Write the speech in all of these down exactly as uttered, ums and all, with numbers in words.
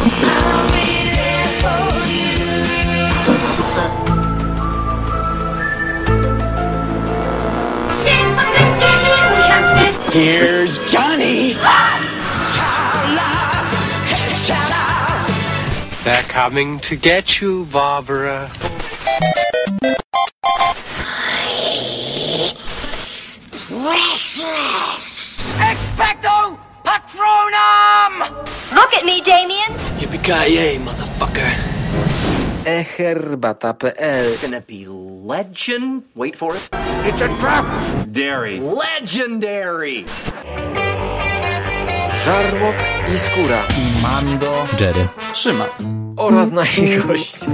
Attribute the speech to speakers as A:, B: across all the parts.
A: Here's Johnny!
B: They're coming to get you, Barbara.
A: Precious!
C: Expecto Patronum!
D: Look at me, Damien!
A: Yippee-ki-yay, motherfucker.
E: e herbata kropka p l.
C: Gonna be legend. Wait for it.
A: It's a trap!
C: Dairy. Legendary!
E: Żarłok i skóra.
F: I Mando,
G: Jerry,
F: Szymas
E: Oraz nasi goście.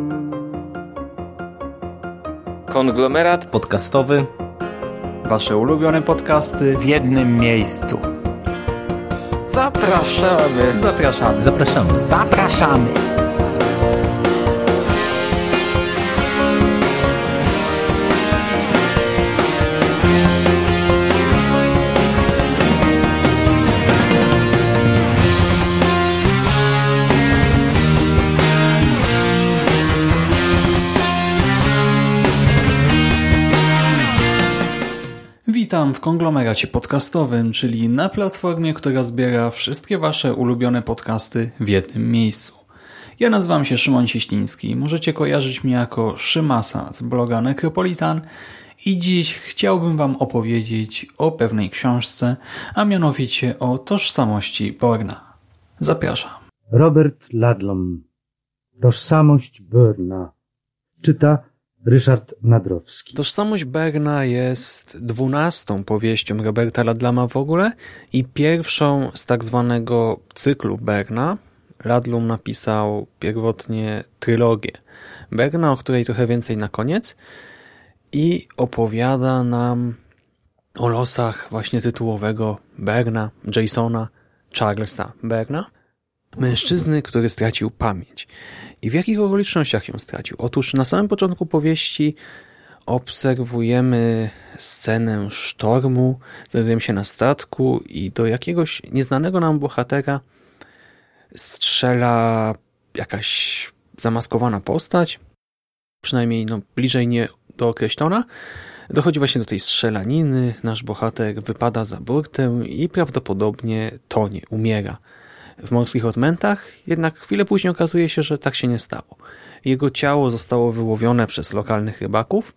E: Konglomerat
G: podcastowy.
F: Wasze ulubione podcasty w jednym miejscu.
E: Zapraszamy.
F: Zapraszamy.
G: Zapraszamy.
F: Zapraszamy. Witam w konglomeracie podcastowym, czyli na platformie, która zbiera wszystkie wasze ulubione podcasty w jednym miejscu. Ja nazywam się Szymon Cieśliński, możecie kojarzyć mnie jako Szymasa z bloga Necropolitan i dziś chciałbym wam opowiedzieć o pewnej książce, a mianowicie o tożsamości Borna. Zapraszam.
H: Robert Ludlum. Tożsamość Borna. Czyta Ryszard Nadrowski.
F: Tożsamość Berna jest dwunastą powieścią Roberta Ludluma w ogóle i pierwszą z tak zwanego cyklu Berna. Ludlum napisał pierwotnie trylogię Berna, o której trochę więcej na koniec, i opowiada nam o losach właśnie tytułowego Berna, Jasona Charlesa Berna, mężczyzny, który stracił pamięć. I w jakich okolicznościach ją stracił? Otóż na samym początku powieści obserwujemy scenę sztormu, znajdujemy się na statku i do jakiegoś nieznanego nam bohatera strzela jakaś zamaskowana postać, przynajmniej no, bliżej nie dookreślona. Dochodzi właśnie do tej strzelaniny, nasz bohater wypada za burtę i prawdopodobnie tonie, umiera w morskich odmętach, jednak chwilę później okazuje się, że tak się nie stało. Jego ciało zostało wyłowione przez lokalnych rybaków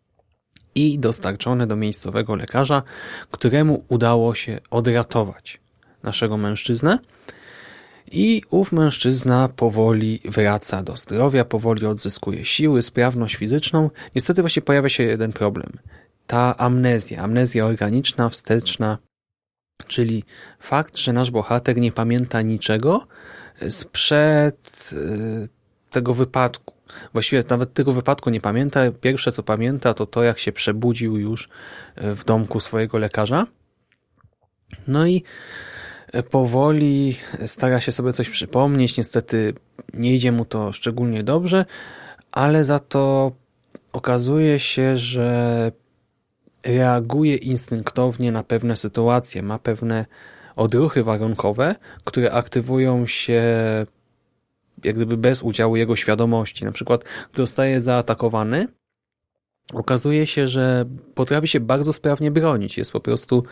F: i dostarczone do miejscowego lekarza, któremu udało się odratować naszego mężczyznę. I ów mężczyzna powoli wraca do zdrowia, powoli odzyskuje siły, sprawność fizyczną. Niestety właśnie pojawia się jeden problem. Ta amnezja, amnezja organiczna, wsteczna, czyli fakt, że nasz bohater nie pamięta niczego sprzed tego wypadku. Właściwie nawet tego wypadku nie pamięta. Pierwsze, co pamięta, to to, jak się przebudził już w domku swojego lekarza. No i powoli stara się sobie coś przypomnieć. Niestety nie idzie mu to szczególnie dobrze, ale za to okazuje się, że reaguje instynktownie na pewne sytuacje, ma pewne odruchy warunkowe, które aktywują się jak gdyby bez udziału jego świadomości. Na przykład, gdy zostaje zaatakowany, okazuje się, że potrafi się bardzo sprawnie bronić. Jest po prostu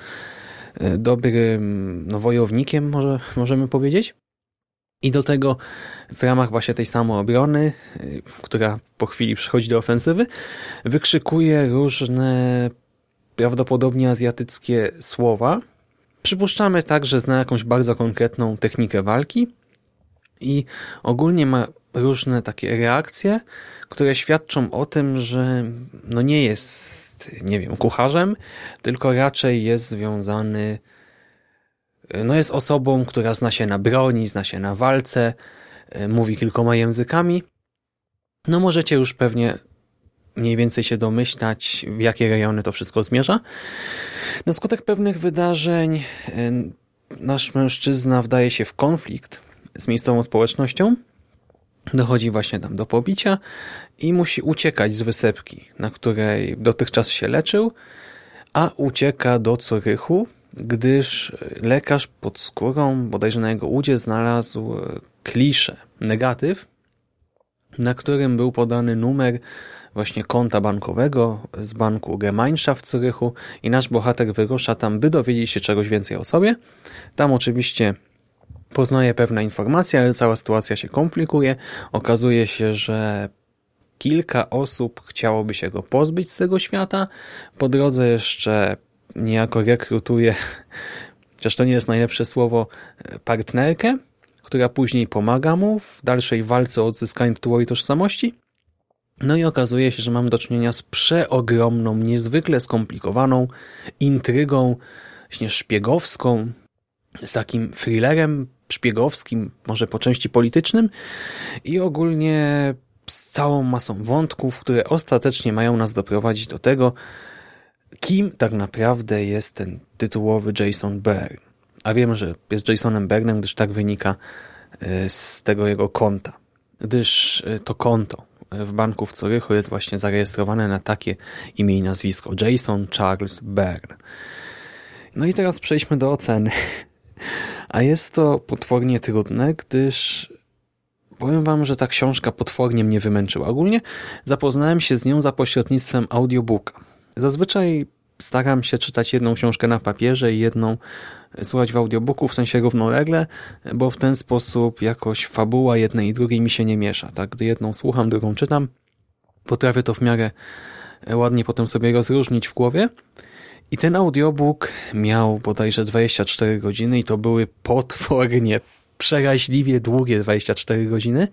F: dobrym no, wojownikiem, może, możemy powiedzieć. I do tego w ramach właśnie tej samoobrony, która po chwili przechodzi do ofensywy, wykrzykuje różne prawdopodobnie azjatyckie słowa. Przypuszczamy tak, że zna jakąś bardzo konkretną technikę walki i ogólnie ma różne takie reakcje, które świadczą o tym, że no nie jest, nie wiem, kucharzem, tylko raczej jest związany, no jest osobą, która zna się na broni, zna się na walce, mówi kilkoma językami. No możecie już pewnie mniej więcej się domyślać, w jakie rejony to wszystko zmierza. Na skutek pewnych wydarzeń nasz mężczyzna wdaje się w konflikt z miejscową społecznością. Dochodzi właśnie tam do pobicia i musi uciekać z wysepki, na której dotychczas się leczył, a ucieka do Curychu, gdyż lekarz pod skórą, bodajże na jego udzie, znalazł klisze, negatyw, na którym był podany numer właśnie konta bankowego z banku Gemeinschaft w Zurychu i nasz bohater wyrusza tam, by dowiedzieć się czegoś więcej o sobie. Tam oczywiście poznaje pewne informacje, ale cała sytuacja się komplikuje. Okazuje się, że kilka osób chciałoby się go pozbyć z tego świata. Po drodze jeszcze niejako rekrutuje, chociaż to nie jest najlepsze słowo, partnerkę, która później pomaga mu w dalszej walce o odzyskanie tytułu i tożsamości. No i okazuje się, że mamy do czynienia z przeogromną, niezwykle skomplikowaną intrygą właśnie szpiegowską, z takim thrillerem szpiegowskim, może po części politycznym i ogólnie z całą masą wątków, które ostatecznie mają nas doprowadzić do tego, kim tak naprawdę jest ten tytułowy Jason Bourne. A wiem, że jest Jasonem Bournem, gdyż tak wynika z tego jego konta. Gdyż to konto w banku w Zurychu jest właśnie zarejestrowane na takie imię i nazwisko. Jason Charles Bourne. No i teraz przejdźmy do oceny. A jest to potwornie trudne, gdyż powiem wam, że ta książka potwornie mnie wymęczyła. Ogólnie zapoznałem się z nią za pośrednictwem audiobooka. Zazwyczaj staram się czytać jedną książkę na papierze i jedną słuchać w audiobooku, w sensie równolegle, bo w ten sposób jakoś fabuła jednej i drugiej mi się nie miesza. Tak? Gdy jedną słucham, drugą czytam, potrafię to w miarę ładnie potem sobie rozróżnić w głowie. I ten audiobook miał bodajże dwadzieścia cztery godziny i to były potwornie, przeraźliwie długie dwadzieścia cztery godziny.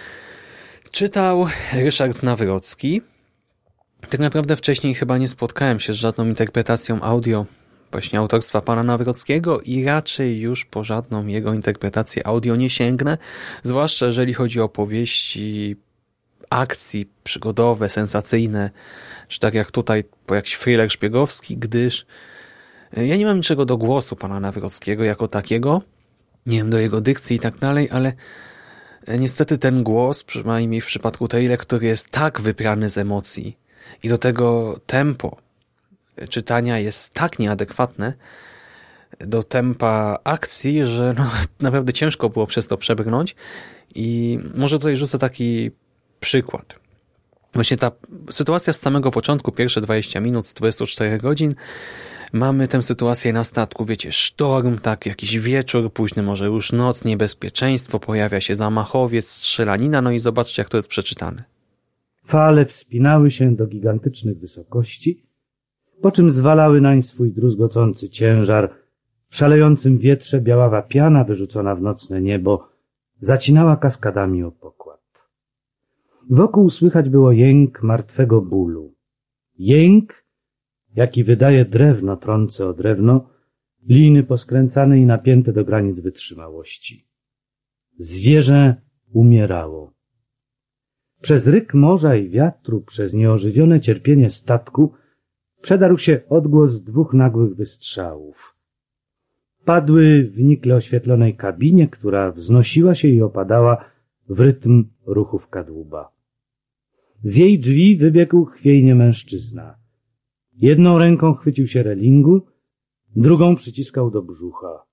F: Czytał Ryszard Nawrocki. Tak naprawdę wcześniej chyba nie spotkałem się z żadną interpretacją audio właśnie autorstwa pana Nawrockiego i raczej już po żadną jego interpretację audio nie sięgnę, zwłaszcza jeżeli chodzi o powieści akcji przygodowe, sensacyjne, czy tak jak tutaj po jakiś thriller szpiegowski, gdyż ja nie mam niczego do głosu pana Nawrockiego jako takiego, nie wiem, do jego dykcji i tak dalej, ale niestety ten głos, przynajmniej w przypadku tej lektury, jest tak wyprany z emocji i do tego tempo czytania jest tak nieadekwatne do tempa akcji, że no, naprawdę ciężko było przez to przebrnąć i może tutaj rzucę taki przykład. Właśnie ta sytuacja z samego początku, pierwsze dwadzieścia minut z dwudziestu czterech godzin, mamy tę sytuację na statku, wiecie, sztorm, tak, jakiś wieczór, późny może już noc, niebezpieczeństwo, pojawia się zamachowiec, strzelanina, no i zobaczcie, jak to jest przeczytane.
H: Fale wspinały się do gigantycznych wysokości, po czym zwalały nań swój druzgocący ciężar. W szalejącym wietrze biaława piana wyrzucona w nocne niebo zacinała kaskadami o pokład. Wokół słychać było jęk martwego bólu. Jęk, jaki wydaje drewno trące o drewno, liny poskręcane i napięte do granic wytrzymałości. Zwierzę umierało. Przez ryk morza i wiatru, przez nieożywione cierpienie statku przedarł się odgłos dwóch nagłych wystrzałów. Padły w nikle oświetlonej kabinie, która wznosiła się i opadała w rytm ruchów kadłuba. Z jej drzwi wybiegł chwiejnie mężczyzna. Jedną ręką chwycił się relingu, drugą przyciskał do brzucha.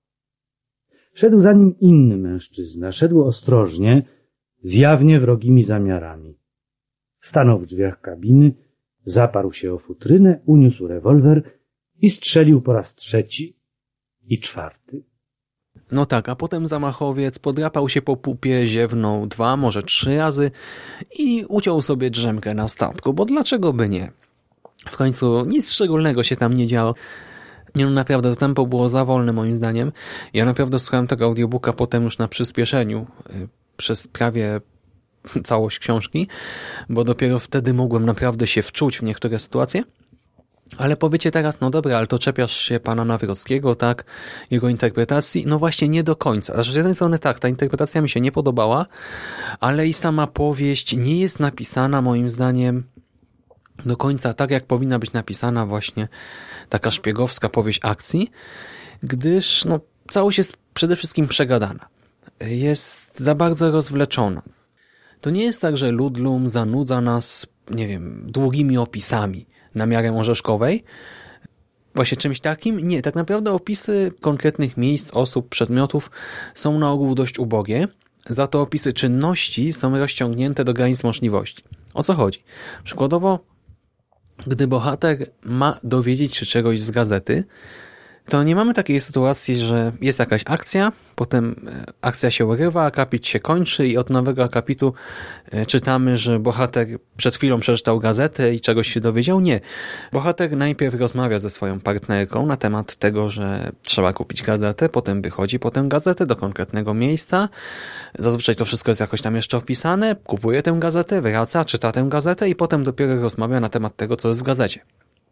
H: Szedł za nim inny mężczyzna. Szedł ostrożnie, z jawnie wrogimi zamiarami. Stanął w drzwiach kabiny, zaparł się o futrynę, uniósł rewolwer i strzelił po raz trzeci i czwarty.
F: No tak, a potem zamachowiec podrapał się po pupie, ziewnął dwa, może trzy razy i uciął sobie drzemkę na statku, bo dlaczego by nie? W końcu nic szczególnego się tam nie działo. Nie no, naprawdę, to tempo było za wolne moim zdaniem. Ja naprawdę słuchałem tego audiobooka potem już na przyspieszeniu yy, przez prawie całość książki, bo dopiero wtedy mogłem naprawdę się wczuć w niektóre sytuacje. Ale powiecie teraz, no dobra, ale to czepiasz się pana Nawrockiego, tak, jego interpretacji. No właśnie nie do końca. Znaczy, z jednej strony tak, ta interpretacja mi się nie podobała, ale i sama powieść nie jest napisana moim zdaniem do końca tak, jak powinna być napisana właśnie taka szpiegowska powieść akcji, gdyż no, całość jest przede wszystkim przegadana. Jest za bardzo rozwleczona. To nie jest tak, że Ludlum zanudza nas, nie wiem, długimi opisami na miarę orzeszkowej. Właśnie czymś takim? Nie, tak naprawdę opisy konkretnych miejsc, osób, przedmiotów są na ogół dość ubogie, za to opisy czynności są rozciągnięte do granic możliwości. O co chodzi? Przykładowo, gdy bohater ma dowiedzieć się czegoś z gazety, to nie mamy takiej sytuacji, że jest jakaś akcja, potem akcja się urywa, akapit się kończy i od nowego akapitu czytamy, że bohater przed chwilą przeczytał gazetę i czegoś się dowiedział. Nie. Bohater najpierw rozmawia ze swoją partnerką na temat tego, że trzeba kupić gazetę, potem wychodzi potem gazetę do konkretnego miejsca. Zazwyczaj to wszystko jest jakoś tam jeszcze opisane, kupuje tę gazetę, wraca, czyta tę gazetę i potem dopiero rozmawia na temat tego, co jest w gazecie.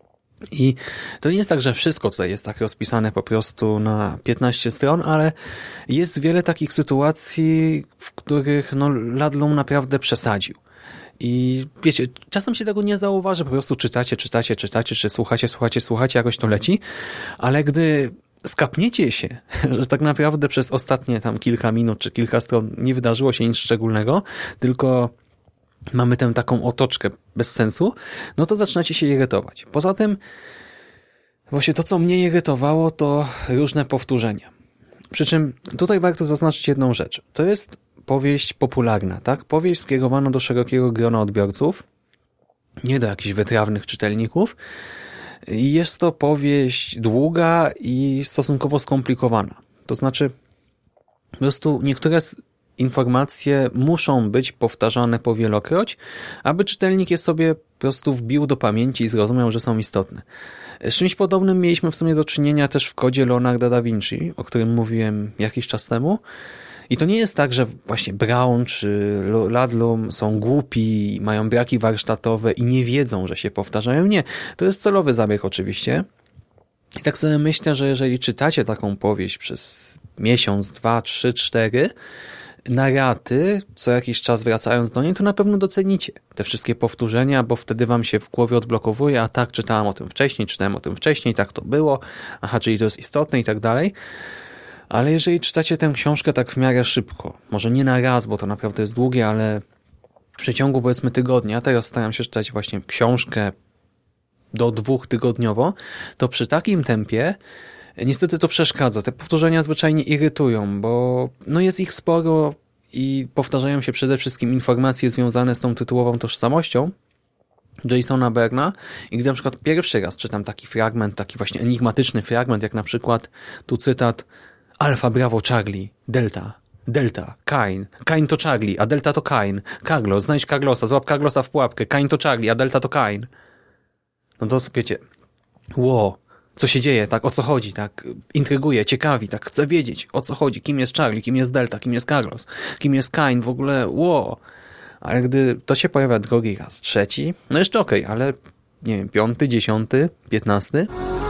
F: I to nie jest tak, że wszystko tutaj jest tak rozpisane po prostu na piętnaście stron, ale jest wiele takich sytuacji, w których no, Ludlum naprawdę przesadził. I wiecie, czasem się tego nie zauważy, po prostu czytacie, czytacie, czytacie, czy słuchacie, słuchacie, słuchacie, jakoś to leci, ale gdy skapniecie się, że tak naprawdę przez ostatnie tam kilka minut czy kilka stron nie wydarzyło się nic szczególnego, tylko mamy tę taką otoczkę bez sensu, no to zaczynacie się irytować. Poza tym właśnie to, co mnie irytowało, to różne powtórzenia. Przy czym tutaj warto zaznaczyć jedną rzecz. To jest powieść popularna, tak? Powieść skierowana do szerokiego grona odbiorców, nie do jakichś wytrawnych czytelników. I jest to powieść długa i stosunkowo skomplikowana. To znaczy, po prostu niektóre informacje muszą być powtarzane powielokroć, aby czytelnik je sobie po prostu wbił do pamięci i zrozumiał, że są istotne. Z czymś podobnym mieliśmy w sumie do czynienia też w kodzie Leonarda da Vinci, o którym mówiłem jakiś czas temu. I to nie jest tak, że właśnie Brown czy Ludlum są głupi, mają braki warsztatowe i nie wiedzą, że się powtarzają. Nie, to jest celowy zabieg oczywiście. I tak sobie myślę, że jeżeli czytacie taką powieść przez miesiąc, dwa, trzy, cztery, na raty, co jakiś czas wracając do niej, to na pewno docenicie te wszystkie powtórzenia, bo wtedy wam się w głowie odblokowuje, a tak, czytałam o tym wcześniej, czytałem o tym wcześniej, tak to było, aha, czyli to jest istotne i tak dalej. Ale jeżeli czytacie tę książkę tak w miarę szybko, może nie na raz, bo to naprawdę jest długie, ale w przeciągu powiedzmy tygodnia, teraz staram się czytać właśnie książkę do dwóch tygodniowo, to przy takim tempie niestety to przeszkadza. Te powtórzenia zwyczajnie irytują, bo no jest ich sporo i powtarzają się przede wszystkim informacje związane z tą tytułową tożsamością Jasona Byrna i gdy na przykład pierwszy raz czytam taki fragment, taki właśnie enigmatyczny fragment, jak na przykład tu cytat Alfa, Bravo, Charlie, Delta, Delta, Kain, Kain to Charlie, a Delta to Kain, Carlos, znajdź Carlosa, złap Carlosa w pułapkę, Kain to Charlie, a Delta to Kain. No to wiecie, ło, co się dzieje, tak, o co chodzi, tak, intryguje, ciekawi, tak, chcę wiedzieć, o co chodzi, kim jest Charlie, kim jest Delta, kim jest Carlos, kim jest Kain, w ogóle, ło. Ale gdy to się pojawia drugi raz, trzeci, no jeszcze okej, okay, ale nie wiem, piąty, dziesiąty, piętnasty...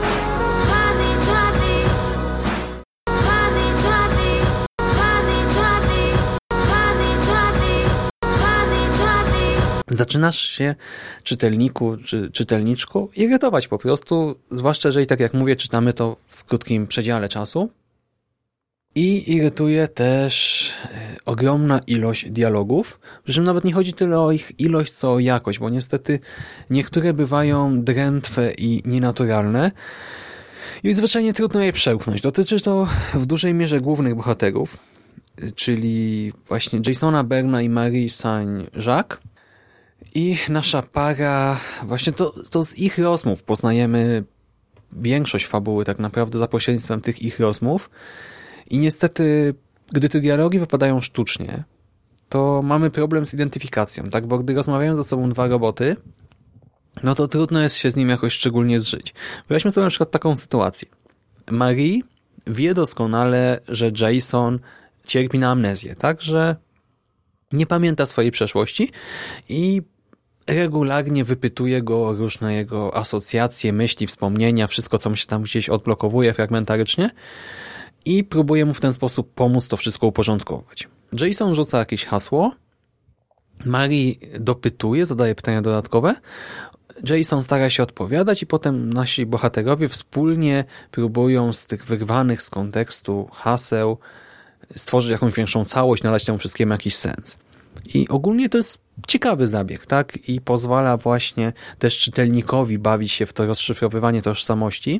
F: zaczynasz się, czytelniku czy czytelniczku, irytować po prostu, zwłaszcza jeżeli, tak jak mówię, czytamy to w krótkim przedziale czasu. I irytuje też ogromna ilość dialogów, przy czym nawet nie chodzi tyle o ich ilość, co o jakość, bo niestety niektóre bywają drętwe i nienaturalne i zwyczajnie trudno je przełknąć. Dotyczy to w dużej mierze głównych bohaterów, czyli właśnie Jasona Byrna i Marie Saint-Jacques. I nasza para, właśnie to, to z ich rozmów poznajemy większość fabuły tak naprawdę za pośrednictwem tych ich rozmów. I niestety, gdy te dialogi wypadają sztucznie, to mamy problem z identyfikacją, tak? Bo gdy rozmawiają ze sobą dwa roboty, no to trudno jest się z nim jakoś szczególnie zżyć. Wyobraźmy sobie na przykład taką sytuację. Marie wie doskonale, że Jason cierpi na amnezję, tak? Że nie pamięta swojej przeszłości i regularnie wypytuje go o różne jego asocjacje, myśli, wspomnienia, wszystko, co mu się tam gdzieś odblokowuje fragmentarycznie i próbuje mu w ten sposób pomóc to wszystko uporządkować. Jason rzuca jakieś hasło, Marie dopytuje, zadaje pytania dodatkowe, Jason stara się odpowiadać i potem nasi bohaterowie wspólnie próbują z tych wyrwanych z kontekstu haseł stworzyć jakąś większą całość, nadać temu wszystkiemu jakiś sens. I ogólnie to jest ciekawy zabieg, tak? I pozwala właśnie też czytelnikowi bawić się w to rozszyfrowywanie tożsamości.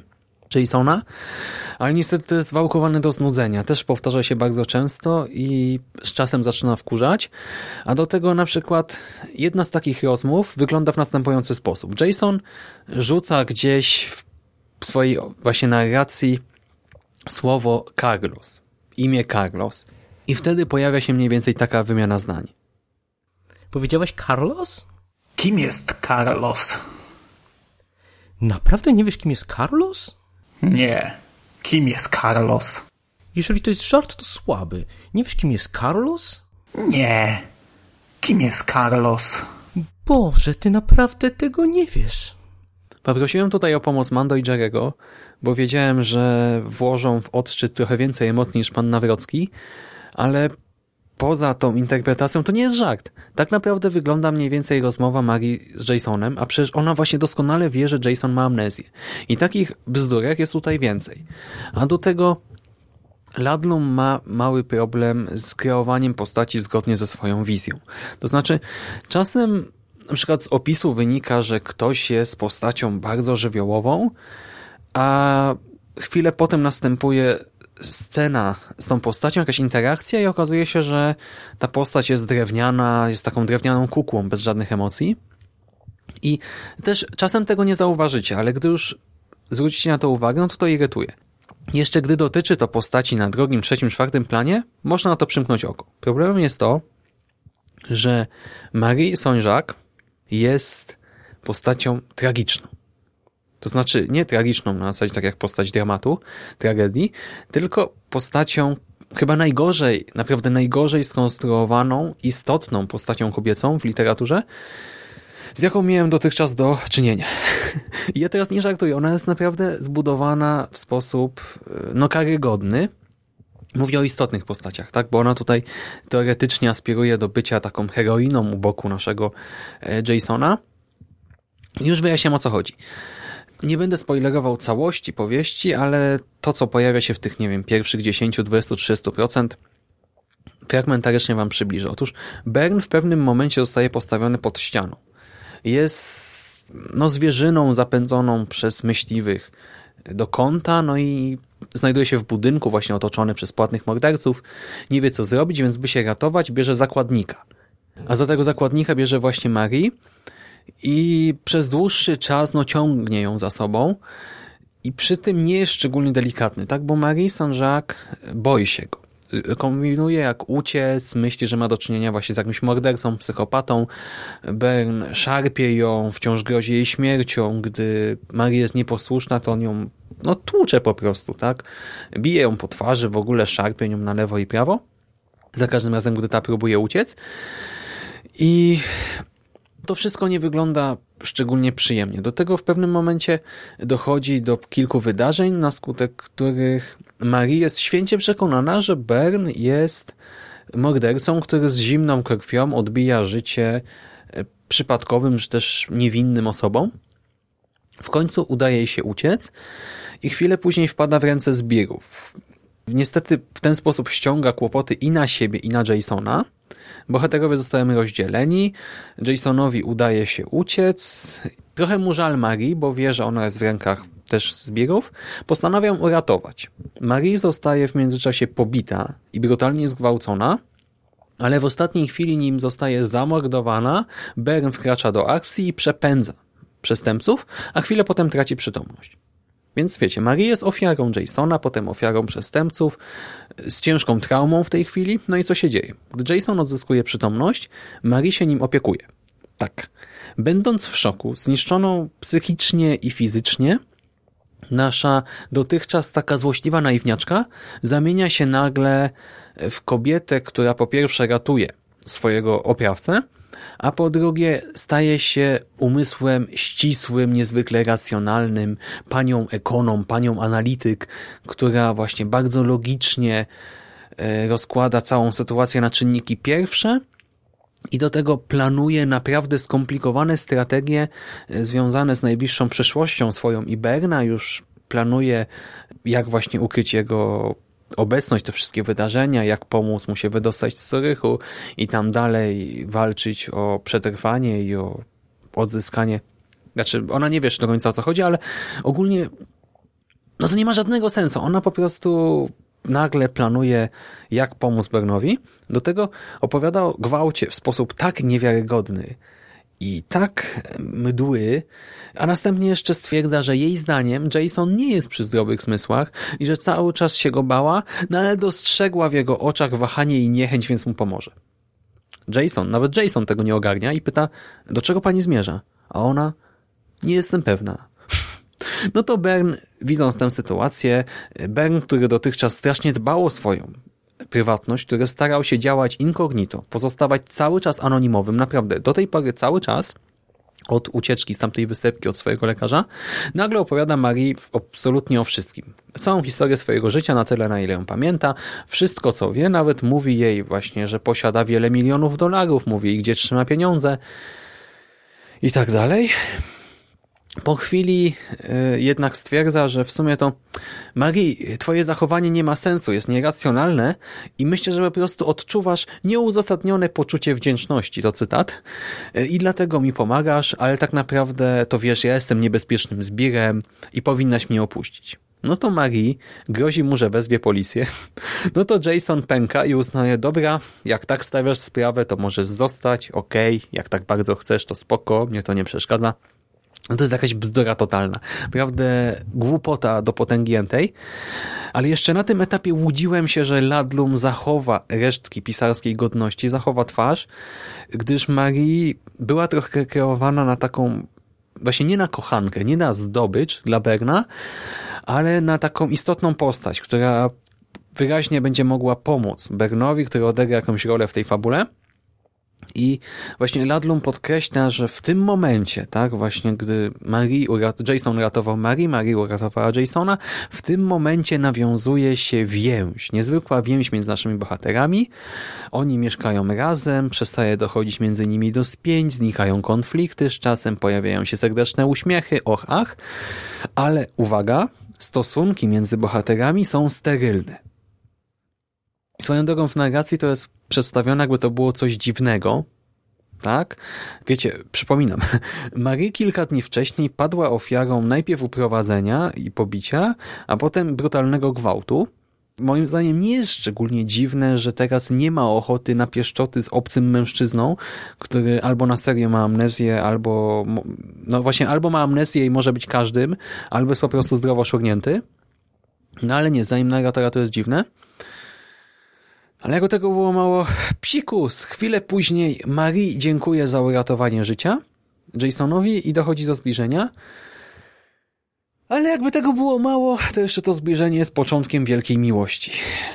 F: Jasona, ale niestety to jest wałkowane do znudzenia. Też powtarza się bardzo często i z czasem zaczyna wkurzać. A do tego na przykład jedna z takich rozmów wygląda w następujący sposób. Jason rzuca gdzieś w swojej właśnie narracji słowo Carlos, imię Carlos. I wtedy pojawia się mniej więcej taka wymiana zdań.
D: Powiedziałeś Carlos?
G: Kim jest Carlos?
D: Naprawdę nie wiesz, kim jest Carlos?
G: Nie. Kim jest Carlos?
D: Jeżeli to jest żart, to słaby. Nie wiesz, kim jest Carlos?
G: Nie. Kim jest Carlos?
D: Boże, ty naprawdę tego nie wiesz.
F: Poprosiłem tutaj o pomoc Mando i Jerego, bo wiedziałem, że włożą w odczyt trochę więcej emocji niż pan Nawrocki, ale poza tą interpretacją to nie jest żart. Tak naprawdę wygląda mniej więcej rozmowa Maggie z Jasonem, a przecież ona właśnie doskonale wie, że Jason ma amnezję. I takich bzdurek jest tutaj więcej. A do tego Ludlum ma mały problem z kreowaniem postaci zgodnie ze swoją wizją. To znaczy, czasem na przykład z opisu wynika, że ktoś jest postacią bardzo żywiołową, a chwilę potem następuje scena z tą postacią, jakaś interakcja i okazuje się, że ta postać jest drewniana, jest taką drewnianą kukłą bez żadnych emocji. I też czasem tego nie zauważycie, ale gdy już zwrócicie na to uwagę, no to to irytuje. Jeszcze gdy dotyczy to postaci na drugim, trzecim, czwartym planie, można na to przymknąć oko. Problemem jest to, że Marie Saint-Jacques jest postacią tragiczną. To znaczy nie tragiczną na zasadzie tak jak postać dramatu, tragedii, tylko postacią chyba najgorzej, naprawdę najgorzej skonstruowaną, istotną postacią kobiecą w literaturze, z jaką miałem dotychczas do czynienia. I ja teraz nie żartuję, ona jest naprawdę zbudowana w sposób no karygodny. Mówię o istotnych postaciach, tak? Bo ona tutaj teoretycznie aspiruje do bycia taką heroiną u boku naszego Jasona. I już wyjaśniam, o co chodzi. Nie będę spoilerował całości powieści, ale to, co pojawia się w tych, nie wiem, pierwszych dziesięć, dwadzieścia, trzydzieści procent fragmentarycznie wam przybliżę. Otóż Bern w pewnym momencie zostaje postawiony pod ścianą. Jest no zwierzyną zapędzoną przez myśliwych do kąta, no i znajduje się w budynku właśnie otoczony przez płatnych morderców. Nie wie, co zrobić, więc by się ratować, bierze zakładnika. A za tego zakładnika bierze właśnie Marie i przez dłuższy czas no ciągnie ją za sobą i przy tym nie jest szczególnie delikatny, tak? Bo Marie Saint-Jacques boi się go. Kombinuje jak uciec, myśli, że ma do czynienia właśnie z jakimś mordercą, psychopatą. Bern szarpie ją, wciąż grozi jej śmiercią. Gdy Marie jest nieposłuszna, to on ją no tłucze po prostu, tak? Bije ją po twarzy, w ogóle szarpie ją na lewo i prawo. Za każdym razem, gdy ta próbuje uciec. I to wszystko nie wygląda szczególnie przyjemnie. Do tego w pewnym momencie dochodzi do kilku wydarzeń, na skutek których Marie jest święcie przekonana, że Bern jest mordercą, który z zimną krwią odbija życie przypadkowym, czy też niewinnym osobom. W końcu udaje jej się uciec i chwilę później wpada w ręce zbirów. Niestety w ten sposób ściąga kłopoty i na siebie, i na Jasona. Bohaterowie zostają rozdzieleni, Jasonowi udaje się uciec. Trochę mu żal Marie, bo wie, że ona jest w rękach też zbirów. Postanawiam uratować. Marie zostaje w międzyczasie pobita i brutalnie zgwałcona, ale w ostatniej chwili, nim zostaje zamordowana, Bern wkracza do akcji i przepędza przestępców, a chwilę potem traci przytomność. Więc wiecie, Marie jest ofiarą Jasona, potem ofiarą przestępców, z ciężką traumą w tej chwili. No i co się dzieje? Gdy Jason odzyskuje przytomność, Marie się nim opiekuje. Tak. Będąc w szoku, zniszczoną psychicznie i fizycznie, nasza dotychczas taka złośliwa naiwniaczka zamienia się nagle w kobietę, która po pierwsze ratuje swojego oprawcę, a po drugie staje się umysłem ścisłym, niezwykle racjonalnym, panią ekonom, panią analityk, która właśnie bardzo logicznie rozkłada całą sytuację na czynniki pierwsze i do tego planuje naprawdę skomplikowane strategie związane z najbliższą przyszłością swoją i Berna. Już planuje, jak właśnie ukryć jego obecność, te wszystkie wydarzenia, jak pomóc mu się wydostać z Zurychu i tam dalej walczyć o przetrwanie i o odzyskanie. Znaczy, ona nie wie do końca, o co chodzi, ale ogólnie no to nie ma żadnego sensu. Ona po prostu nagle planuje, jak pomóc Bernowi. Do tego opowiada o gwałcie w sposób tak niewiarygodny i tak mdły, a następnie jeszcze stwierdza, że jej zdaniem Jason nie jest przy zdrowych zmysłach i że cały czas się go bała, no ale dostrzegła w jego oczach wahanie i niechęć, więc mu pomoże. Jason, nawet Jason tego nie ogarnia i pyta, do czego pani zmierza? A ona, nie jestem pewna. No to Bern, widząc tę sytuację, Bern, który dotychczas strasznie dbał o swoją prywatność, który starał się działać incognito, pozostawać cały czas anonimowym, naprawdę do tej pory cały czas, od ucieczki z tamtej wysepki od swojego lekarza, nagle opowiada Marii absolutnie o wszystkim. Całą historię swojego życia, na tyle, na ile ją pamięta, wszystko co wie, nawet mówi jej właśnie, że posiada wiele milionów dolarów, mówi jej, gdzie trzyma pieniądze i tak dalej. Po chwili y, jednak stwierdza, że w sumie to Marie, twoje zachowanie nie ma sensu, jest nieracjonalne i myślę, że po prostu odczuwasz nieuzasadnione poczucie wdzięczności, to cytat, y, i dlatego mi pomagasz, ale tak naprawdę to wiesz, ja jestem niebezpiecznym zbirem i powinnaś mnie opuścić. No to Marie grozi mu, że wezwie policję. No to Jason pęka i uznaje, dobra, jak tak stawiasz sprawę, to możesz zostać, okej, okay, jak tak bardzo chcesz, to spoko, mnie to nie przeszkadza. No to jest jakaś bzdura totalna. Naprawdę głupota do potęgi entej. Ale jeszcze na tym etapie łudziłem się, że Ludlum zachowa resztki pisarskiej godności, zachowa twarz, gdyż Marie była trochę kreowana na taką, właśnie nie na kochankę, nie na zdobycz dla Berna, ale na taką istotną postać, która wyraźnie będzie mogła pomóc Bernowi, który odegra jakąś rolę w tej fabule. I właśnie Ludlum podkreśla, że w tym momencie, tak, właśnie gdy Marie urat- Jason uratował Marie, Marie uratowała Jasona, w tym momencie nawiązuje się więź, niezwykła więź między naszymi bohaterami. Oni mieszkają razem, przestaje dochodzić między nimi do spięć, znikają konflikty, z czasem pojawiają się serdeczne uśmiechy, och, ach, ale uwaga, stosunki między bohaterami są sterylne. Swoją drogą w narracji to jest przedstawione, jakby to było coś dziwnego. Tak? Wiecie, przypominam, Marie kilka dni wcześniej padła ofiarą najpierw uprowadzenia i pobicia, a potem brutalnego gwałtu. Moim zdaniem nie jest szczególnie dziwne, że teraz nie ma ochoty na pieszczoty z obcym mężczyzną, który albo na serio ma amnezję, albo no właśnie, albo ma amnezję i może być każdym, albo jest po prostu zdrowo szurnięty. No ale nie, zdaniem narratora to jest dziwne. Ale jako tego było mało, psikus, chwilę później Marie dziękuję za uratowanie życia Jasonowi i dochodzi do zbliżenia. Ale jakby tego było mało, to jeszcze to zbliżenie jest początkiem wielkiej miłości.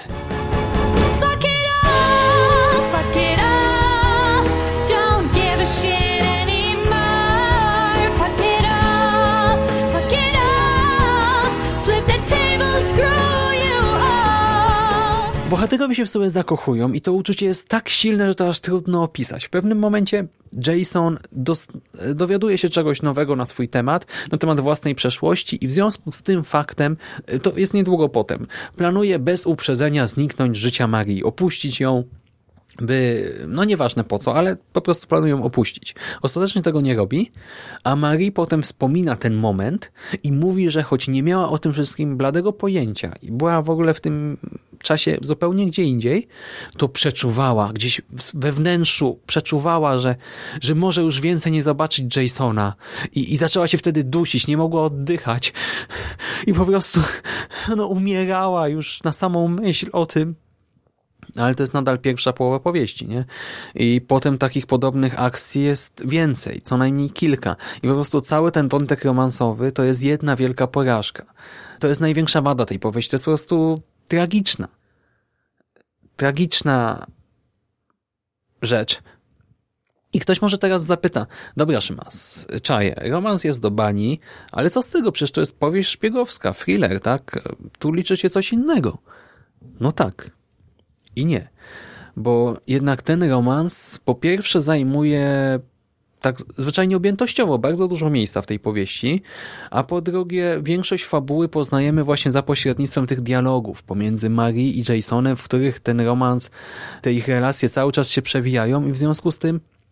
F: Bohaterowie się w sobie zakochują i to uczucie jest tak silne, że to aż trudno opisać. W pewnym momencie Jason dos- dowiaduje się czegoś nowego na swój temat, na temat własnej przeszłości i w związku z tym faktem, to jest niedługo potem, planuje bez uprzedzenia zniknąć z życia Marii, opuścić ją, by, no nieważne po co, ale po prostu planują opuścić. Ostatecznie tego nie robi, a Marie potem wspomina ten moment i mówi, że choć nie miała o tym wszystkim bladego pojęcia i była w ogóle w tym czasie zupełnie gdzie indziej, to przeczuwała, gdzieś we wnętrzu przeczuwała, że, że może już więcej nie zobaczyć Jasona i, i zaczęła się wtedy dusić, nie mogła oddychać i po prostu no, umierała już na samą myśl o tym. Ale to jest nadal pierwsza połowa powieści, nie? I potem takich podobnych akcji jest więcej, co najmniej kilka. I po prostu cały ten wątek romansowy to jest jedna wielka porażka. To jest największa wada tej powieści. To jest po prostu tragiczna. Tragiczna rzecz. I ktoś może teraz zapyta, dobra Szymas, czaję, romans jest do bani, ale co z tego? Przecież to jest powieść szpiegowska, thriller, tak? Tu liczy się coś innego. No tak. I nie, bo jednak ten romans po pierwsze zajmuje tak zwyczajnie objętościowo bardzo dużo miejsca w tej powieści, a po drugie większość fabuły poznajemy właśnie za pośrednictwem tych dialogów pomiędzy Marie i Jasonem, w których ten romans, te ich relacje cały czas się przewijają i w związku z tym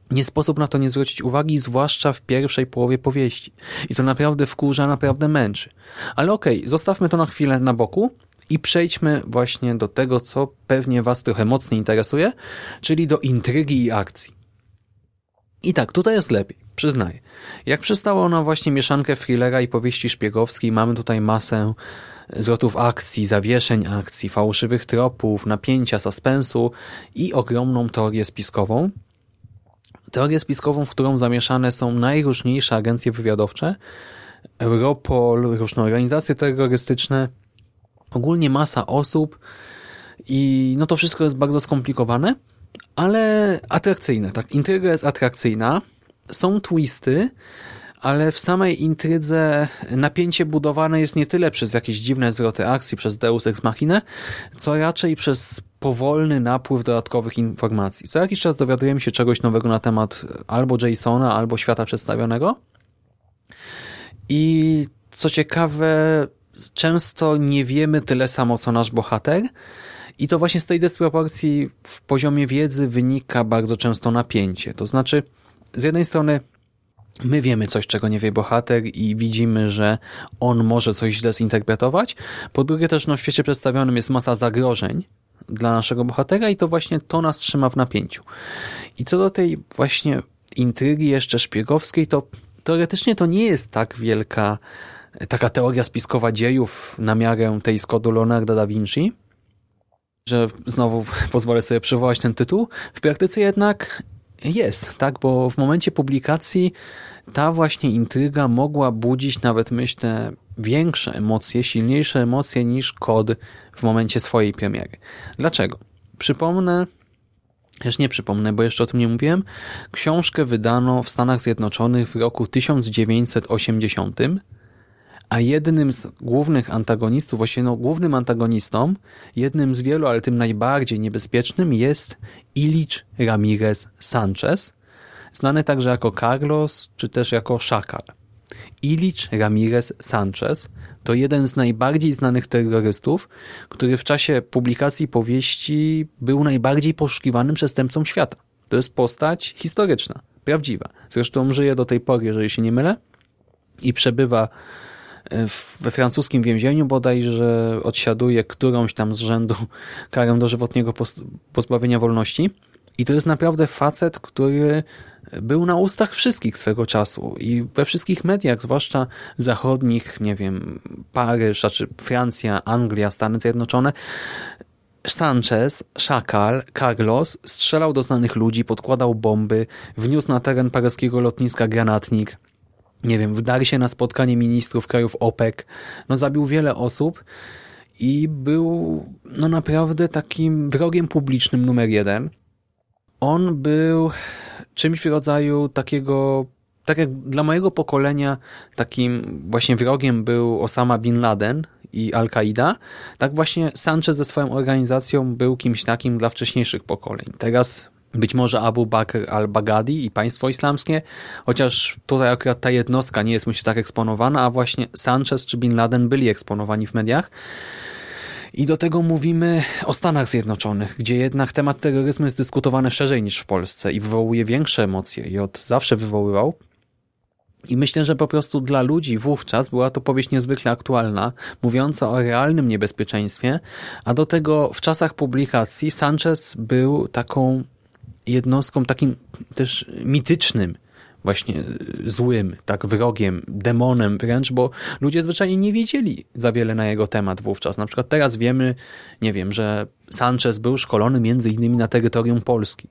F: Nie sposób na to nie zwrócić uwagi, zwłaszcza w pierwszej połowie powieści. I to naprawdę wkurza, naprawdę męczy. Ale okej, okay, zostawmy to na chwilę na boku i przejdźmy właśnie do tego, co pewnie was trochę mocniej interesuje, czyli do intrygi i akcji. I tak, tutaj jest lepiej, przyznaję. Jak przystało na właśnie mieszankę thrillera i powieści szpiegowskiej, mamy tutaj masę zwrotów akcji, zawieszeń akcji, fałszywych tropów, napięcia, suspensu i ogromną teorię spiskową. Teorię spiskową, w którą zamieszane są najróżniejsze agencje wywiadowcze, Europol, różne organizacje terrorystyczne, ogólnie masa osób i no to wszystko jest bardzo skomplikowane, ale atrakcyjne. Tak, intryga jest atrakcyjna, są twisty, ale w samej intrydze napięcie budowane jest nie tyle przez jakieś dziwne zwroty akcji, przez Deus Ex Machinę, co raczej przez powolny napływ dodatkowych informacji. Co jakiś czas dowiadujemy się czegoś nowego na temat albo Jasona, albo świata przedstawionego. I co ciekawe, często nie wiemy tyle samo, co nasz bohater. I to właśnie z tej dysproporcji w poziomie wiedzy wynika bardzo często napięcie. To znaczy, z jednej strony my wiemy coś, czego nie wie bohater i widzimy, że on może coś źle zinterpretować. Po drugie też no, w świecie przedstawionym jest masa zagrożeń dla naszego bohatera i to właśnie to nas trzyma w napięciu. I co do tej właśnie intrygi jeszcze szpiegowskiej, to teoretycznie to nie jest tak wielka taka teoria spiskowa dziejów na miarę tej z kodu Leonarda da Vinci, że znowu pozwolę sobie przywołać ten tytuł. W praktyce jednak jest, tak, bo w momencie publikacji ta właśnie intryga mogła budzić nawet, myślę, większe emocje, silniejsze emocje niż kod w momencie swojej premiery. Dlaczego? Przypomnę, też nie przypomnę, bo jeszcze o tym nie mówiłem, książkę wydano w Stanach Zjednoczonych w roku tysiąc dziewięćset osiemdziesiątym, a jednym z głównych antagonistów, właściwie no, głównym antagonistą, jednym z wielu, ale tym najbardziej niebezpiecznym jest Ilich Ramirez Sanchez, znany także jako Carlos, czy też jako Szakal. Ilich Ramirez Sanchez to jeden z najbardziej znanych terrorystów, który w czasie publikacji powieści był najbardziej poszukiwanym przestępcą świata. To jest postać historyczna, prawdziwa. Zresztą żyje do tej pory, jeżeli się nie mylę, i przebywa we francuskim więzieniu bodajże, odsiaduje którąś tam z rzędu karę dożywotniego pozbawienia wolności. I to jest naprawdę facet, który był na ustach wszystkich swego czasu i we wszystkich mediach, zwłaszcza zachodnich, nie wiem, Paryż, czy Francja, Anglia, Stany Zjednoczone. Sanchez, Szakal, Carlos strzelał do znanych ludzi, podkładał bomby, wniósł na teren paryskiego lotniska granatnik, nie wiem, wdarł się na spotkanie ministrów krajów OPEC, no zabił wiele osób i był no naprawdę takim wrogiem publicznym numer jeden. On był czymś w rodzaju takiego, tak jak dla mojego pokolenia takim właśnie wrogiem był Osama Bin Laden i Al-Kaida, tak właśnie Sanchez ze swoją organizacją był kimś takim dla wcześniejszych pokoleń. Teraz być może Abu Bakr al-Baghdadi i państwo islamskie, chociaż tutaj akurat ta jednostka nie jest myślę tak eksponowana, a właśnie Sanchez czy Bin Laden byli eksponowani w mediach. I do tego mówimy o Stanach Zjednoczonych, gdzie jednak temat terroryzmu jest dyskutowany szerzej niż w Polsce i wywołuje większe emocje i od zawsze wywoływał. I myślę, że po prostu dla ludzi wówczas była to powieść niezwykle aktualna, mówiąca o realnym niebezpieczeństwie, a do tego w czasach publikacji Sanchez był taką jednostką, takim też mitycznym, właśnie złym, tak wrogiem, demonem wręcz, bo ludzie zwyczajnie nie wiedzieli za wiele na jego temat wówczas. Na przykład teraz wiemy, nie wiem, że Sanchez był szkolony między innymi na terytorium Polski.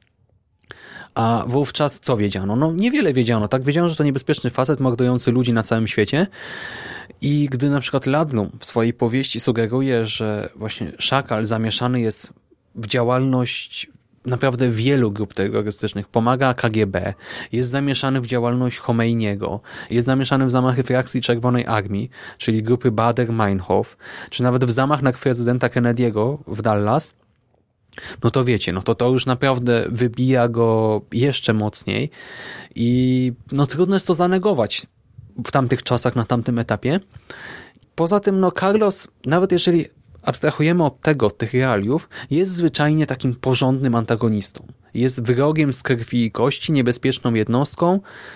F: A wówczas co wiedziano? No niewiele wiedziano. Tak wiedziano, że to niebezpieczny facet mordujący ludzi na całym świecie. I gdy na przykład Ladlum w swojej powieści sugeruje, że właśnie Szakal zamieszany jest w działalność naprawdę wielu grup terrorystycznych, pomaga K G B, jest zamieszany w działalność Chomeiniego, jest zamieszany w zamachy frakcji Czerwonej Armii, czyli grupy Baader-Meinhof, czy nawet w zamach na prezydenta Kennedy'ego w Dallas, no to wiecie, no to to już naprawdę wybija go jeszcze mocniej i no trudno jest to zanegować w tamtych czasach, na tamtym etapie. Poza tym, no Carlos, nawet jeżeli abstrahujemy od tego, od tych realiów, jest zwyczajnie takim porządnym antagonistą. Jest wrogiem z krwi i kości, niebezpieczną jednostką,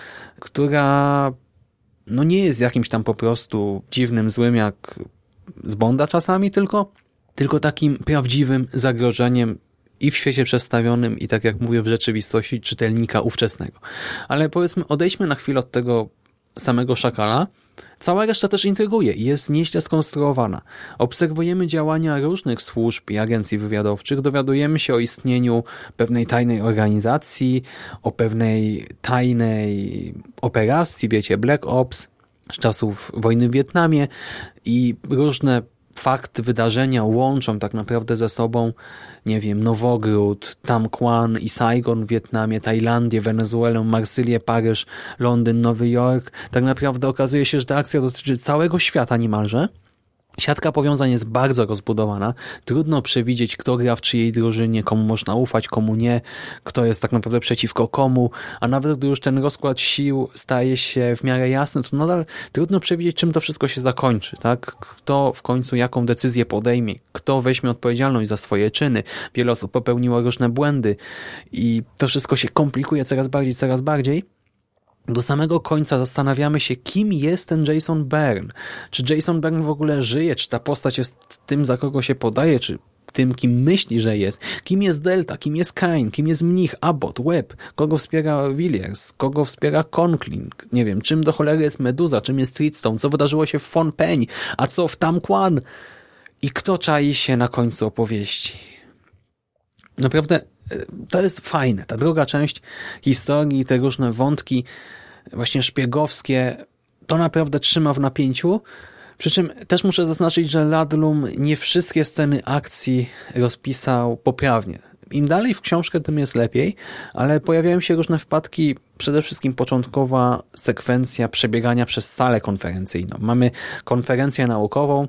F: która no nie jest jakimś tam po prostu dziwnym, złym jak z Bonda czasami, tylko, tylko takim prawdziwym zagrożeniem i w świecie przedstawionym, i tak jak mówię, w rzeczywistości czytelnika ówczesnego. Ale powiedzmy, odejdźmy na chwilę od tego samego Szakala. Cała reszta też intryguje i jest nieźle skonstruowana. Obserwujemy działania różnych służb i agencji wywiadowczych, dowiadujemy się o istnieniu pewnej tajnej organizacji, o pewnej tajnej operacji, wiecie, Black Ops z czasów wojny w Wietnamie i różne fakty, wydarzenia łączą tak naprawdę ze sobą, nie wiem, Nowogród, Tam Quan i Saigon w Wietnamie, Tajlandię, Wenezuelę, Marsylię, Paryż, Londyn, Nowy Jork. Tak naprawdę okazuje się, że ta akcja dotyczy całego świata niemalże. Siatka powiązań jest bardzo rozbudowana. Trudno przewidzieć, kto gra w czyjej drużynie, komu można ufać, komu nie, kto jest tak naprawdę przeciwko komu, a nawet gdy już ten rozkład sił staje się w miarę jasny, to nadal trudno przewidzieć, czym to wszystko się zakończy, tak? Kto w końcu jaką decyzję podejmie, kto weźmie odpowiedzialność za swoje czyny. Wiele osób popełniło różne błędy i to wszystko się komplikuje coraz bardziej, coraz bardziej. Do samego końca zastanawiamy się, kim jest ten Jason Bourne. Czy Jason Bourne w ogóle żyje? Czy ta postać jest tym, za kogo się podaje? Czy tym, kim myśli, że jest? Kim jest Delta? Kim jest Kain? Kim jest Mnich? Abbott? Webb? Kogo wspiera Villiers? Kogo wspiera Conkling? Nie wiem, czym do cholery jest Meduza? Czym jest Treadstone? Co wydarzyło się w Phnom Penh? A co w Tam Quan? I kto czai się na końcu opowieści? Naprawdę to jest fajne. Ta druga część historii, te różne wątki właśnie szpiegowskie, to naprawdę trzyma w napięciu. Przy czym też muszę zaznaczyć, że Ludlum nie wszystkie sceny akcji rozpisał poprawnie. Im dalej w książkę, tym jest lepiej, ale pojawiają się różne wpadki, przede wszystkim początkowa sekwencja przebiegania przez salę konferencyjną. Mamy konferencję naukową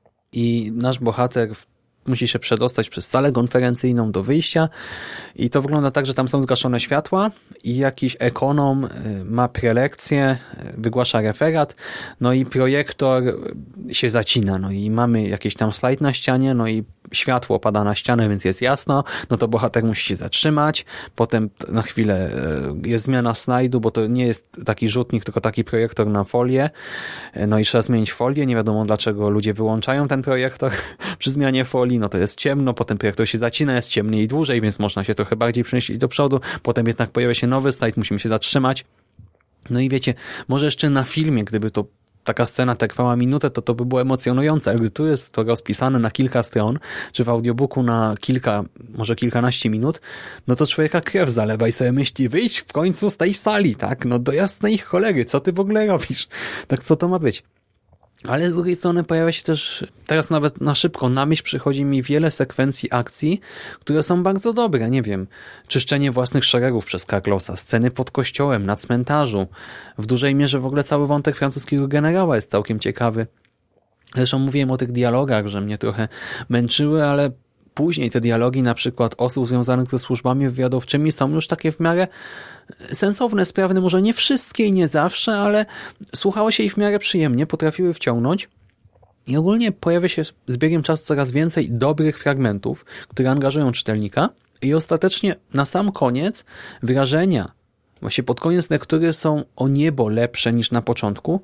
F: i nasz bohater musi się przedostać przez salę konferencyjną do wyjścia i to wygląda tak, że tam są zgaszone światła i jakiś ekonom ma prelekcję, wygłasza referat, no i projektor się zacina, no i mamy jakiś tam slajd na ścianie, no i światło pada na ścianę, więc jest jasno, no to bohater musi się zatrzymać, potem na chwilę jest zmiana slajdu, bo to nie jest taki rzutnik, tylko taki projektor na folię, no i trzeba zmienić folię, nie wiadomo dlaczego ludzie wyłączają ten projektor przy zmianie folii, no to jest ciemno, potem projektor się zacina, jest ciemniej i dłużej, więc można się trochę bardziej przenieść do przodu, potem jednak pojawia się nowy slajd, musimy się zatrzymać. No i wiecie, może jeszcze na filmie, gdyby to taka scena trwała minutę, to to by było emocjonujące, ale gdy tu jest to rozpisane na kilka stron, czy w audiobooku na kilka, może kilkanaście minut, no to człowieka krew zalewa i sobie myśli, wyjdź w końcu z tej sali, tak? No do jasnej cholery, co ty w ogóle robisz? Tak co to ma być? Ale z drugiej strony pojawia się też, teraz nawet na szybko, na myśl przychodzi mi wiele sekwencji akcji, które są bardzo dobre, nie wiem, czyszczenie własnych szeregów przez Carlosa, sceny pod kościołem, na cmentarzu, w dużej mierze w ogóle cały wątek francuskiego generała jest całkiem ciekawy. Zresztą mówiłem o tych dialogach, że mnie trochę męczyły, ale później te dialogi na przykład osób związanych ze służbami wywiadowczymi są już takie w miarę sensowne, sprawne, może nie wszystkie i nie zawsze, ale słuchało się ich w miarę przyjemnie, potrafiły wciągnąć i ogólnie pojawia się z biegiem czasu coraz więcej dobrych fragmentów, które angażują czytelnika i ostatecznie na sam koniec wyrażenia, właśnie pod koniec lektury są o niebo lepsze niż na początku,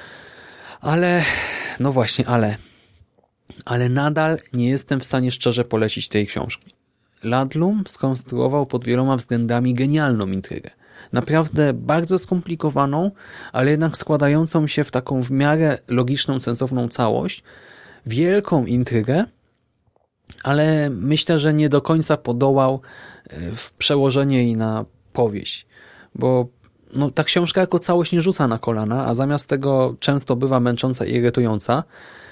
F: ale no właśnie, ale ale nadal nie jestem w stanie szczerze polecić tej książki. Ludlum skonstruował pod wieloma względami genialną intrygę. Naprawdę bardzo skomplikowaną, ale jednak składającą się w taką w miarę logiczną, sensowną całość. Wielką intrygę, ale myślę, że nie do końca podołał w przełożenie jej na powieść. Bo no, ta książka jako całość nie rzuca na kolana, a zamiast tego często bywa męcząca i irytująca.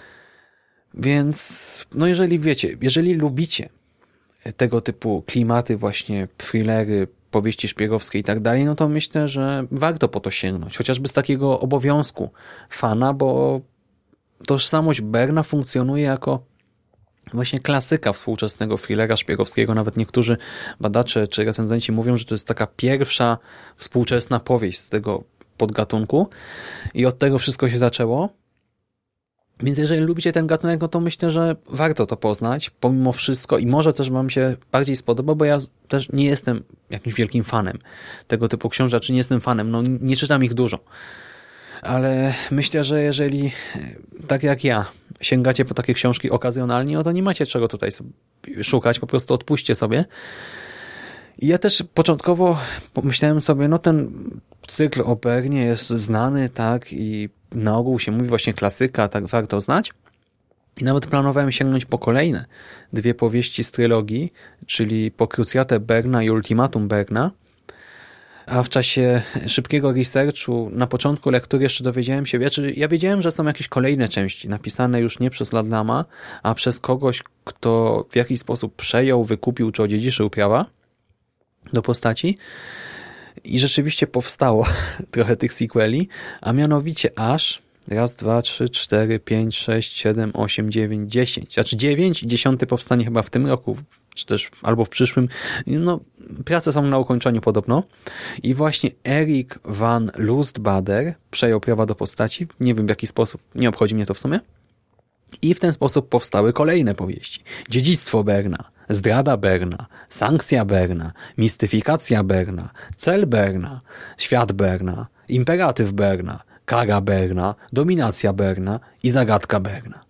F: Więc, no jeżeli wiecie, jeżeli lubicie tego typu klimaty, właśnie thrillery, powieści szpiegowskie i tak dalej, no to myślę, że warto po to sięgnąć. Chociażby z takiego obowiązku fana, bo tożsamość Bourne'a funkcjonuje jako właśnie klasyka współczesnego thrillera szpiegowskiego. Nawet niektórzy badacze czy recenzenci mówią, że to jest taka pierwsza współczesna powieść z tego podgatunku i od tego wszystko się zaczęło. Więc jeżeli lubicie ten gatunek, no to myślę, że warto to poznać, pomimo wszystko i może też wam się bardziej spodoba, bo ja też nie jestem jakimś wielkim fanem tego typu książek, czy nie jestem fanem, no nie czytam ich dużo. Ale myślę, że jeżeli, tak jak ja, sięgacie po takie książki okazjonalnie, no to nie macie czego tutaj sobie szukać, po prostu odpuśćcie sobie. I ja też początkowo pomyślałem sobie, no ten cykl o Bernie jest znany, tak, i na ogół się mówi właśnie klasyka, tak warto znać. I nawet planowałem sięgnąć po kolejne dwie powieści z trylogii, czyli po Krucjatę Berna i Ultimatum Berna. A w czasie szybkiego researchu na początku lektury jeszcze dowiedziałem się, znaczy ja wiedziałem, że są jakieś kolejne części napisane już nie przez Ladlama, a przez kogoś, kto w jakiś sposób przejął, wykupił czy odziedziczył prawa do postaci. I rzeczywiście powstało trochę tych sequeli, a mianowicie aż raz, dwa, trzy, cztery, pięć, sześć, siedem, osiem, dziewięć, dziesięć. Znaczy dziewięć i dziesiąty powstanie chyba w tym roku, czy też albo w przyszłym. No, prace są na ukończeniu podobno. I właśnie Erik van Lustbader przejął prawa do postaci. Nie wiem w jaki sposób, nie obchodzi mnie to w sumie. I w ten sposób powstały kolejne powieści. Dziedzictwo Berna, Zdrada Berna, Sankcja Berna, Mistyfikacja Berna, Cel Berna, Świat Berna, Imperatyw Berna, Kara Berna, Dominacja Berna i Zagadka Berna.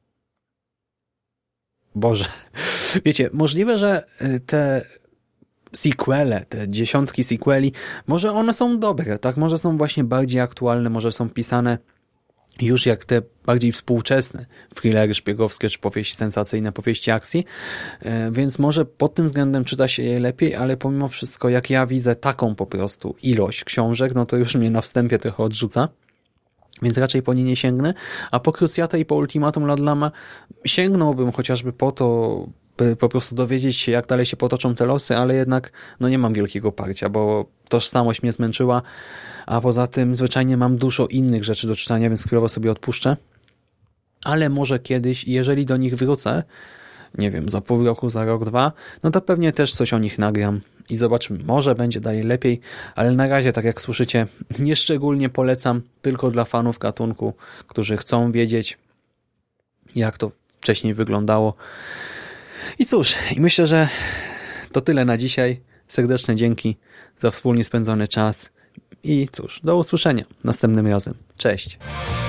F: Boże, wiecie, możliwe, że te sequele, te dziesiątki sequeli, może one są dobre, tak? Może są właśnie bardziej aktualne, może są pisane już jak te bardziej współczesne thrillery szpiegowskie, czy powieści sensacyjne, powieści akcji, więc może pod tym względem czyta się je lepiej, ale pomimo wszystko, jak ja widzę taką po prostu ilość książek, no to już mnie na wstępie trochę odrzuca, więc raczej po nie nie sięgnę, a po Krucjatę i po Ultimatum Ladlama sięgnąłbym chociażby po to, by po prostu dowiedzieć się, jak dalej się potoczą te losy, ale jednak no nie mam wielkiego parcia, bo tożsamość mnie zmęczyła, a poza tym zwyczajnie mam dużo innych rzeczy do czytania, więc chwilowo sobie odpuszczę. Ale może kiedyś, jeżeli do nich wrócę, nie wiem, za pół roku, za rok, dwa, no to pewnie też coś o nich nagram i zobaczymy. Może będzie dalej lepiej, ale na razie, tak jak słyszycie, nieszczególnie polecam, tylko dla fanów gatunku, którzy chcą wiedzieć, jak to wcześniej wyglądało. I cóż, i myślę, że to tyle na dzisiaj. Serdeczne dzięki za wspólnie spędzony czas i cóż, do usłyszenia następnym razem. Cześć!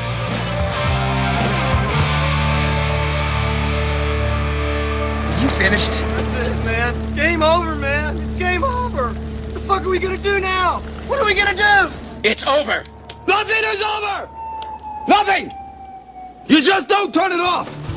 C: You finished?
A: That's it, man. Game over, man. It's game over. What the fuck are we gonna do now? What are we gonna do?
C: It's over!
A: Nothing is over! Nothing! You just don't turn it off!